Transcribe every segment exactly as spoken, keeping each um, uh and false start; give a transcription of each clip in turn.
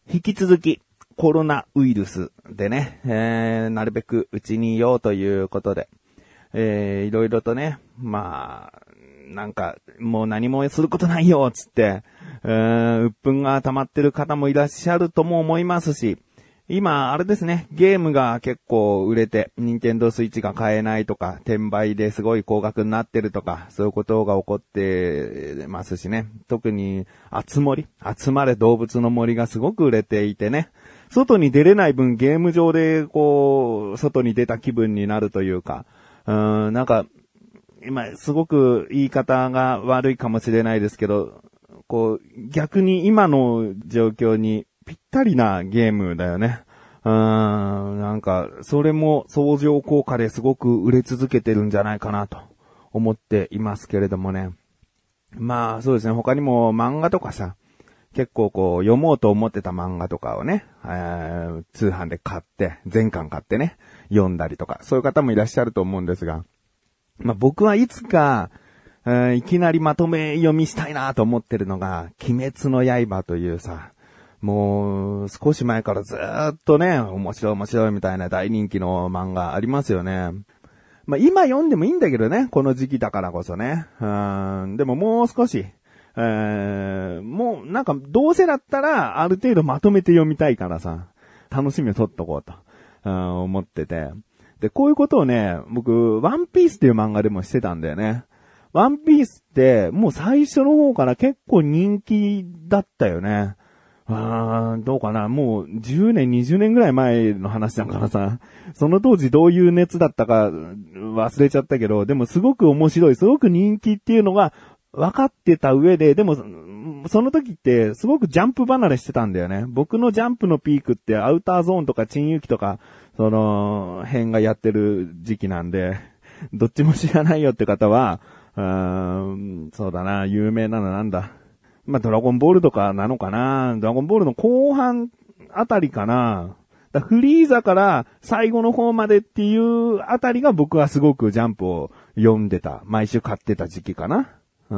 引き続きコロナウイルスでね、えー、なるべくうちにいようということで、えー、いろいろとね、まあ、なんか、もう何もすることないよ、つって、えー、鬱憤が溜まってる方もいらっしゃるとも思いますし、今、あれですね、ゲームが結構売れて、ニンテンドースイッチが買えないとか、転売ですごい高額になってるとか、そういうことが起こってますしね。特に、あつ森、集まれ動物の森がすごく売れていてね。外に出れない分、ゲーム上で、こう、外に出た気分になるというか、うーん、なんか、今、すごく言い方が悪いかもしれないですけど、こう、逆に今の状況に、ぴったりなゲームだよね。うーん、なんか、それも相乗効果ですごく売れ続けてるんじゃないかなと思っていますけれどもね。まあそうですね、他にも漫画とかさ、結構こう読もうと思ってた漫画とかをね、えー、通販で買って、全巻買ってね、読んだりとか、そういう方もいらっしゃると思うんですが、まあ僕はいつか、えー、いきなりまとめ読みしたいなと思ってるのが、鬼滅の刃というさ、もう、少し前からずーっとね、面白い面白いみたいな大人気の漫画ありますよね。まあ、今読んでもいいんだけどね、この時期だからこそね。うーん、でももう少し、えー、もうなんかどうせだったらある程度まとめて読みたいからさ、楽しみを取っとこうと、うん、思ってて。で、こういうことをね、僕、ワンピースっていう漫画でもしてたんだよね。ワンピースってもう最初の方から結構人気だったよね。あー、どうかな、もうじゅうねん、にじゅうねんぐらい前の話だからさ、その当時どういう熱だったか忘れちゃったけど、でもすごく面白い、すごく人気っていうのが分かってた上で、でもその時ってすごくジャンプ離れしてたんだよね。僕のジャンプのピークってアウターゾーンとかチンユキとか、その辺がやってる時期なんで、どっちも知らないよって方は、うーん、そうだな、有名なのなんだ。まあ、ドラゴンボールとかなのかな。ドラゴンボールの後半あたりかな。だフリーザから最後の方までっていうあたりが僕はすごくジャンプを読んでた。毎週買ってた時期かな。うん。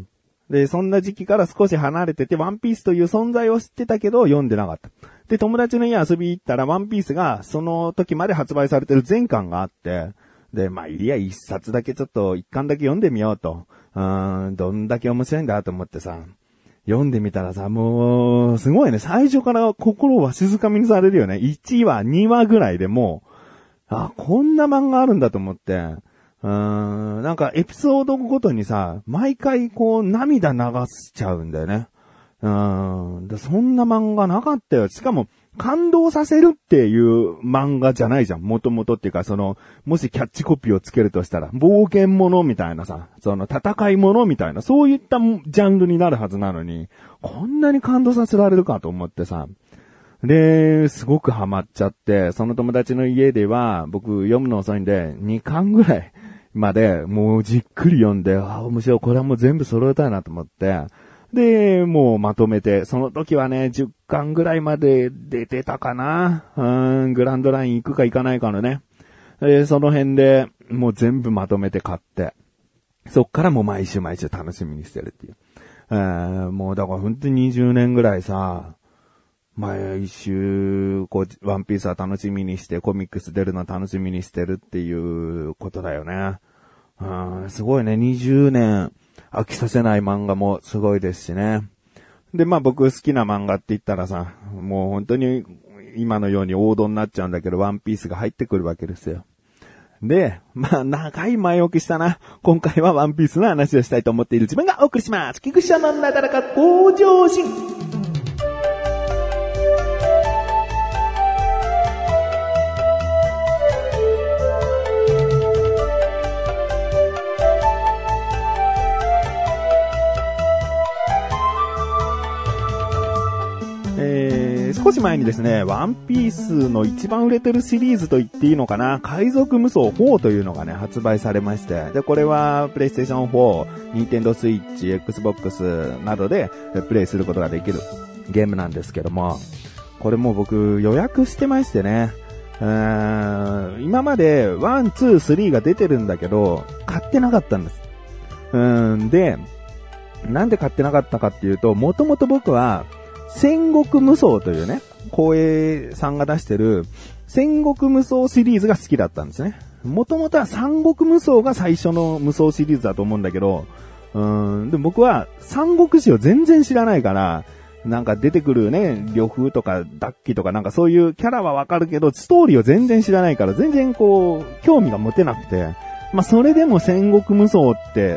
で、そんな時期から少し離れてて、ワンピースという存在を知ってたけど読んでなかった。で、友達の家遊び行ったらワンピースがその時まで発売されてる全巻があって、で、まあ、いや、一冊だけちょっと一巻だけ読んでみようと。うーん、どんだけ面白いんだと思ってさ。読んでみたらさ、もう、すごいね。最初から心は静かみにされるよね。いちわ、にわぐらいでもう、あ、こんな漫画あるんだと思って。うーん、なんかエピソードごとにさ、毎回こう涙流しちゃうんだよね。うーん、でそんな漫画なかったよ。しかも、感動させるっていう漫画じゃないじゃん。もともとっていうか、その、もしキャッチコピーをつけるとしたら、冒険者みたいなさ、その戦い者みたいな、そういったジャンルになるはずなのに、こんなに感動させられるかと思ってさ。で、すごくハマっちゃって、その友達の家では、僕読むの遅いんで、にかんぐらいまで、もうじっくり読んで、ああ、面白い、これはもう全部揃えたいなと思って、で、もうまとめて、その時はね、じゅっかんぐらいまで出てたかな。うーん、グランドライン行くか行かないかのね。で、その辺で、もう全部まとめて買って、そっからもう毎週毎週楽しみにしてるっていう。えー、もうだから本当ににじゅうねんぐらいさ、毎週、こう、ワンピースは楽しみにして、コミックス出るの楽しみにしてるっていうことだよね。うん、すごいね、にじゅうねん。飽きさせない漫画もすごいですしね。で、まあ僕好きな漫画って言ったらさ、もう本当に今のように王道になっちゃうんだけど、ワンピースが入ってくるわけですよ。で、まあ長い前置きしたな。今回はワンピースの話をしたいと思っている自分がお送りします。菊池のなだらか向上心。少し前にですね、ワンピースの一番売れてるシリーズと言っていいのかな、海賊無双フォーというのがね、発売されまして、で、これはプレイステーションフォー、ニンテンドースイッチ、Xbox などでプレイすることができるゲームなんですけども、これもう僕予約してましてね、うーん、今までワン、ツー、スリーが出てるんだけど、買ってなかったんです。うーん、で、なんで買ってなかったかっていうと、もともと僕は、 戦国無双というね、光栄さんが出してる戦国無双シリーズが好きだったんですね。もともとは三国無双が最初の無双シリーズだと思うんだけど、うーん、で僕は三国志を全然知らないから、なんか出てくるね、呂布とかダッキとかなんかそういうキャラはわかるけど、ストーリーを全然知らないから、全然こう、興味が持てなくて、まあそれでも戦国無双って、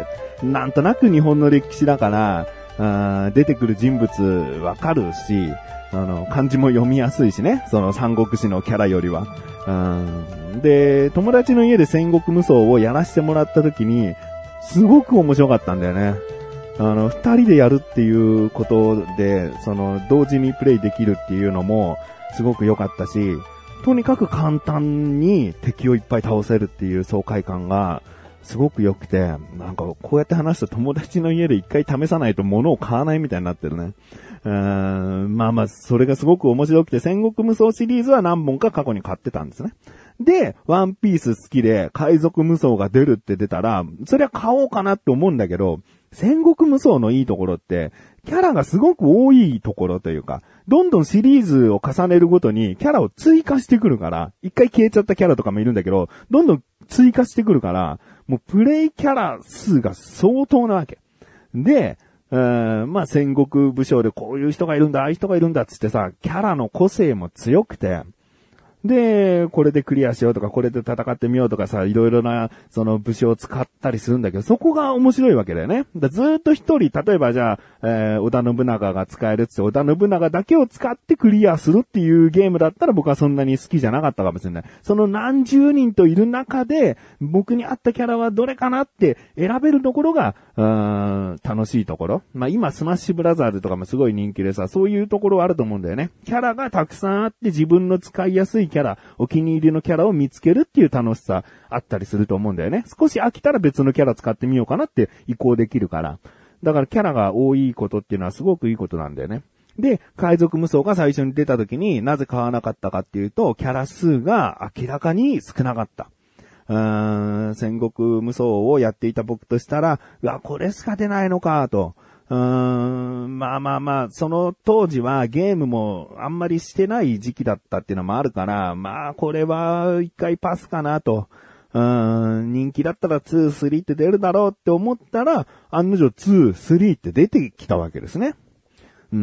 なんとなく日本の歴史だから、あ出てくる人物わかるし、あの、漢字も読みやすいしね、その三国志のキャラよりは。うんで、友達の家で戦国無双をやらせてもらった時に、すごく面白かったんだよね。あの、二人でやるっていうことで、その、同時にプレイできるっていうのも、すごく良かったし、とにかく簡単に敵をいっぱい倒せるっていう爽快感が、すごく良くて、なんかこうやって話すと友達の家で一回試さないと物を買わないみたいになってるね。うーんまあまあ、それがすごく面白くて、戦国無双シリーズは何本か過去に買ってたんですね。で、ワンピース好きで海賊無双が出るって出たら、それは買おうかなって思うんだけど、戦国無双のいいところって、キャラがすごく多いところというか、どんどんシリーズを重ねるごとにキャラを追加してくるから、一回消えちゃったキャラとかもいるんだけど、どんどん追加してくるから、もうプレイキャラ数が相当なわけ。で、うーんまあ戦国武将でこういう人がいるんだ、ああいう人がいるんだっつってさ、キャラの個性も強くて、で、これでクリアしようとか、これで戦ってみようとかさ、いろいろな、その武将を使ったりするんだけど、そこが面白いわけだよね。だずーっと一人、例えばじゃあ、えー、織田信長が使えるっつって、織田信長だけを使ってクリアするっていうゲームだったら僕はそんなに好きじゃなかったかもしれない。その何十人といる中で、僕に合ったキャラはどれかなって選べるところが、うーん、楽しいところ。まあ今、スマッシュブラザーズとかもすごい人気でさ、そういうところはあると思うんだよね。キャラがたくさんあって自分の使いやすいキャラ、お気に入りのキャラを見つけるっていう楽しさあったりすると思うんだよね。少し飽きたら別のキャラ使ってみようかなって移行できるから。だからキャラが多いことっていうのはすごくいいことなんだよね。で、海賊無双が最初に出た時になぜ買わなかったかっていうと、キャラ数が明らかに少なかった。うーん、戦国無双をやっていた僕としたら、うわ、これしか出ないのかと。うーん、まあまあまあ、その当時はゲームもあんまりしてない時期だったっていうのもあるから、まあこれは一回パスかなと。うーん、人気だったらに、さんって出るだろうって思ったら、案の定に、さんって出てきたわけですね。うん、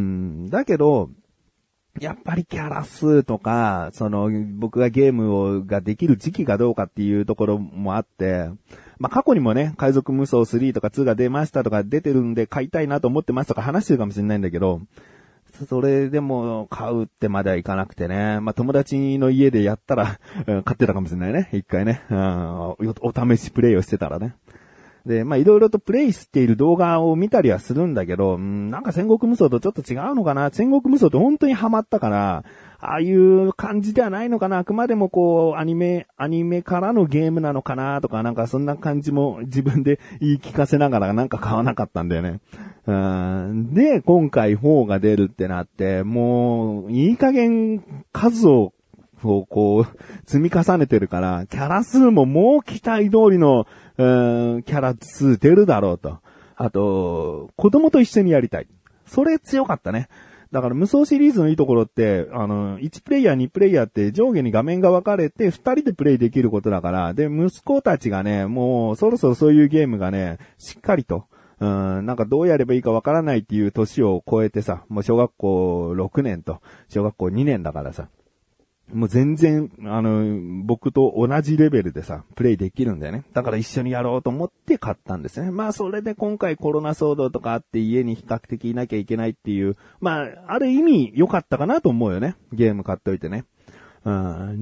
だけど、やっぱりキャラ数とか、その、僕がゲームを、ができる時期がどうかっていうところもあって、まあ、過去にもね、海賊無双さんとかにが出ましたとか出てるんで買いたいなと思ってますとか話してるかもしれないんだけど、それでも買うってまではいかなくてね。まあ、友達の家でやったら、買ってたかもしれないね。一回ね、うん。お試しプレイをしてたらね。で、まあ、いろいろとプレイしている動画を見たりはするんだけど、うん、なんか戦国無双とちょっと違うのかな。戦国無双って本当にハマったから、ああいう感じではないのかな。あくまでもこう、アニメ、アニメからのゲームなのかなとか、なんかそんな感じも自分で言い聞かせながらなんか買わなかったんだよね。うんで、今回よんが出るってなって、もう、いい加減数ををこう、積み重ねてるから、キャラ数ももう期待通りの、うーん、キャラ数出るだろうと。あと、子供と一緒にやりたい。それ強かったね。だから無双シリーズのいいところって、あの、いちプレイヤー、にプレイヤーって上下に画面が分かれてふたりでプレイできることだから、で、息子たちがね、もうそろそろそういうゲームがね、しっかりと、うん、なんかどうやればいいか分からないっていう年を超えてさ、もう小学校ろくねんと小学校にねんだからさ、もう全然、あの、僕と同じレベルでさ、プレイできるんだよね。だから一緒にやろうと思って買ったんですね。まあそれで今回コロナ騒動とかあって家に比較的いなきゃいけないっていう、まあある意味良かったかなと思うよね。ゲーム買っといてね。うん、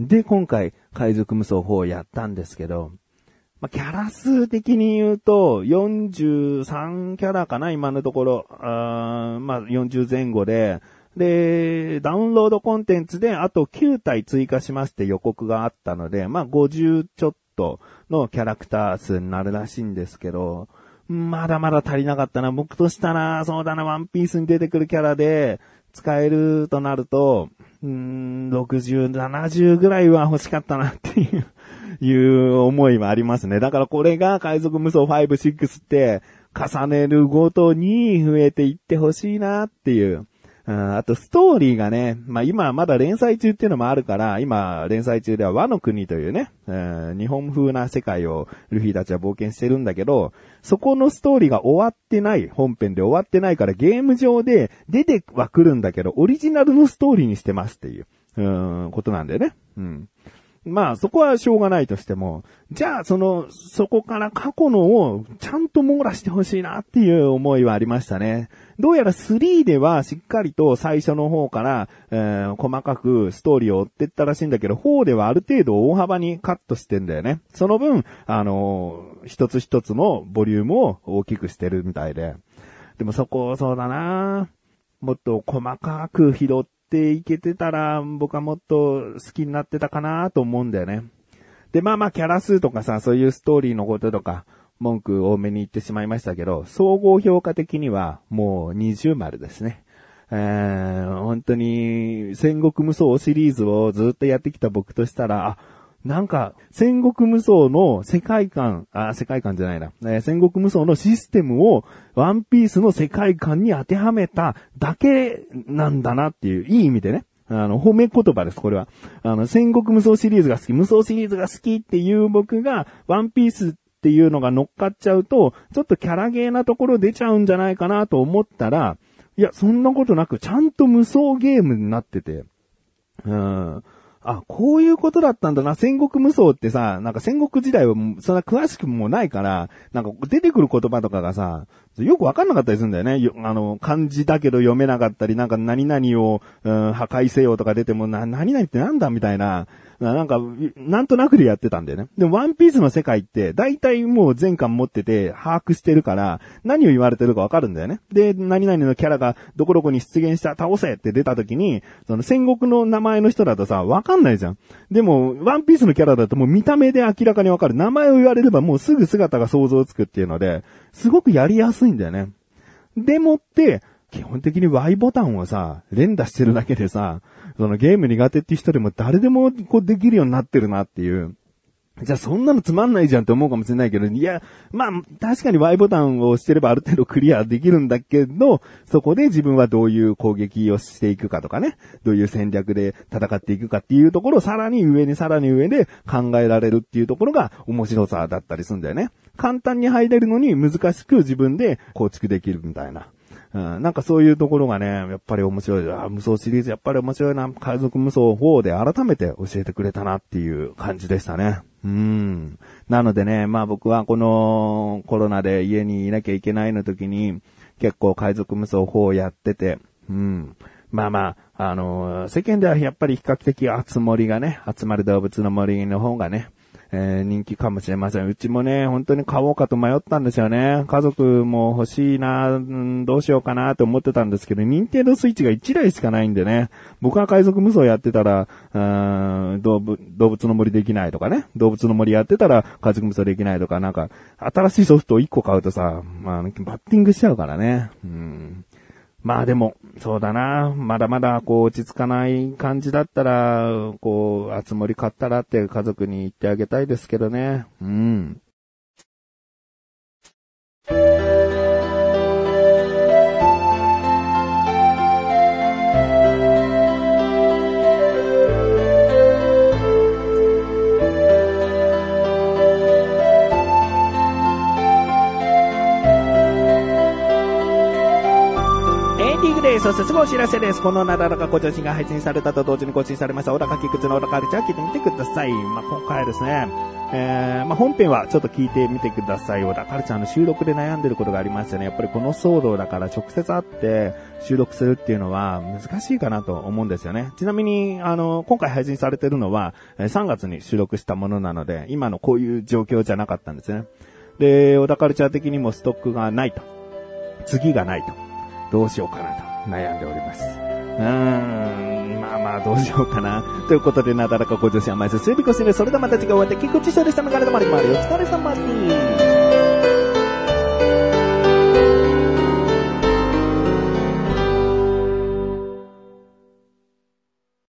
で、今回海賊無双よんをやったんですけど、まあキャラ数的に言うとよんじゅうさんキャラかな今のところ。あまあよんじゅうぜん後で、で、ダウンロードコンテンツであときゅうたい追加しますって予告があったので、まあごじゅうちょっとのキャラクター数になるらしいんですけど、まだまだ足りなかったな。僕としたら、そうだな、ワンピースに出てくるキャラで使えるとなると、うーん、ろくじゅう、ななじゅうぐらいは欲しかったなっていういう思いはありますね。だからこれが海賊無双ご、ろくって重ねるごとに増えていってほしいなっていう。ううん、あとストーリーがね、まあ今まだ連載中っていうのもあるから、今連載中では和の国というね、うん、日本風な世界をルフィたちは冒険してるんだけど、そこのストーリーが終わってない、本編で終わってないからゲーム上で出てはくるんだけど、オリジナルのストーリーにしてますっていう、うん、ことなんだよね。うん。まあそこはしょうがないとしても、じゃあその、そこから過去のをちゃんと網羅してほしいなっていう思いはありましたね。どうやらスリーではしっかりと最初の方から、えー、細かくストーリーを追ってったらしいんだけど、フォーではある程度大幅にカットしてんだよね。その分、あのー、一つ一つのボリュームを大きくしてるみたいで。でもそこ、そうだなもっと細かく拾って、っていけてたら僕はもっと好きになってたかなと思うんだよね。で、まあまあキャラ数とかさ、そういうストーリーのこととか文句多めに言ってしまいましたけど、総合評価的にはもう二重丸ですね。えー、本当に戦国無双シリーズをずっとやってきた僕としたら、あ、なんか、戦国無双の世界観、あ、世界観じゃないな、えー、戦国無双のシステムをワンピースの世界観に当てはめただけなんだなっていう、いい意味でね。あの、褒め言葉です、これは。あの、戦国無双シリーズが好き、無双シリーズが好きっていう僕が、ワンピースっていうのが乗っかっちゃうと、ちょっとキャラゲーなところ出ちゃうんじゃないかなと思ったら、いや、そんなことなく、ちゃんと無双ゲームになってて、うん。あ、こういうことだったんだな。戦国無双ってさ、なんか戦国時代はそんな詳しくもないから、なんか出てくる言葉とかがさ、よくわかんなかったりするんだよね。あの、漢字だけど読めなかったり、なんか何々を、うん、破壊せよとか出ても、な、何々ってなんだみたいな、なんか、なんとなくでやってたんだよね。でもワンピースの世界って、大体もう全巻持ってて把握してるから、何を言われてるかわかるんだよね。で、何々のキャラがどこどこに出現した倒せって出た時に、その戦国の名前の人だとさ、わかんないじゃん。でも、ワンピースのキャラだともう見た目で明らかにわかる。名前を言われればもうすぐ姿が想像つくっていうので、すごくやりやすいんだよね。でもって、基本的に Y ボタンをさ、連打してるだけでさ、そのゲーム苦手って人でも誰でもこうできるようになってるなっていう。じゃあそんなのつまんないじゃんって思うかもしれないけど、いや、まあ確かに Y ボタンを押してればある程度クリアできるんだけど、そこで自分はどういう攻撃をしていくかとかね、どういう戦略で戦っていくかっていうところをさらに上にさらに上で考えられるっていうところが面白さだったりするんだよね。簡単に入れるのに難しく自分で構築できるみたいな。うん、なんかそういうところがね、やっぱり面白い。あ、無双シリーズやっぱり面白いな。海賊無双フォーで改めて教えてくれたなっていう感じでしたね。うん。なのでね、まあ僕はこのコロナで家にいなきゃいけないの時に結構海賊無双フォーやってて、うん。まあまあ、あのー、世間ではやっぱり比較的集まりがね、集まる動物の森の方がね、えー、人気かもしれません。うちもね、本当に買おうかと迷ったんですよね。家族も欲しいな、うん、どうしようかなと思ってたんですけど、任天堂スイッチがいちだいしかないんでね。僕は海賊無双やってたら、うーん、動物、動物の森できないとかね。動物の森やってたら海賊無双できないとか、なんか、新しいソフトをいっこ買うとさ、まあ、バッティングしちゃうからね。うん。まあでも、そうだな。まだまだこう落ち着かない感じだったら、こう、集まり買ったらって家族に言ってあげたいですけどね。うん。そしてすぐお知らせです。このなだらかご女子が配信されたと同時に更新されました小高菊池の小高カルチャー聞いてみてください。まあ、今回はですね、えー、まあ、本編はちょっと聞いてみてください。小高カルチャーの収録で悩んでることがありましてね、やっぱりこの騒動だから直接会って収録するっていうのは難しいかなと思うんですよね。ちなみに、あの、今回配信されてるのはさんがつに収録したものなので、今のこういう状況じゃなかったんですね。で、小高カルチャー的にもストックがないと。次がないと。どうしようかなと。悩んでおります。うーん、まあまあどうしようかな。ということで、なだらかご女子は毎週水曜日更新で、それではまた次回お会いでき、菊池翔でした。メガネとまりまりお疲れ様です。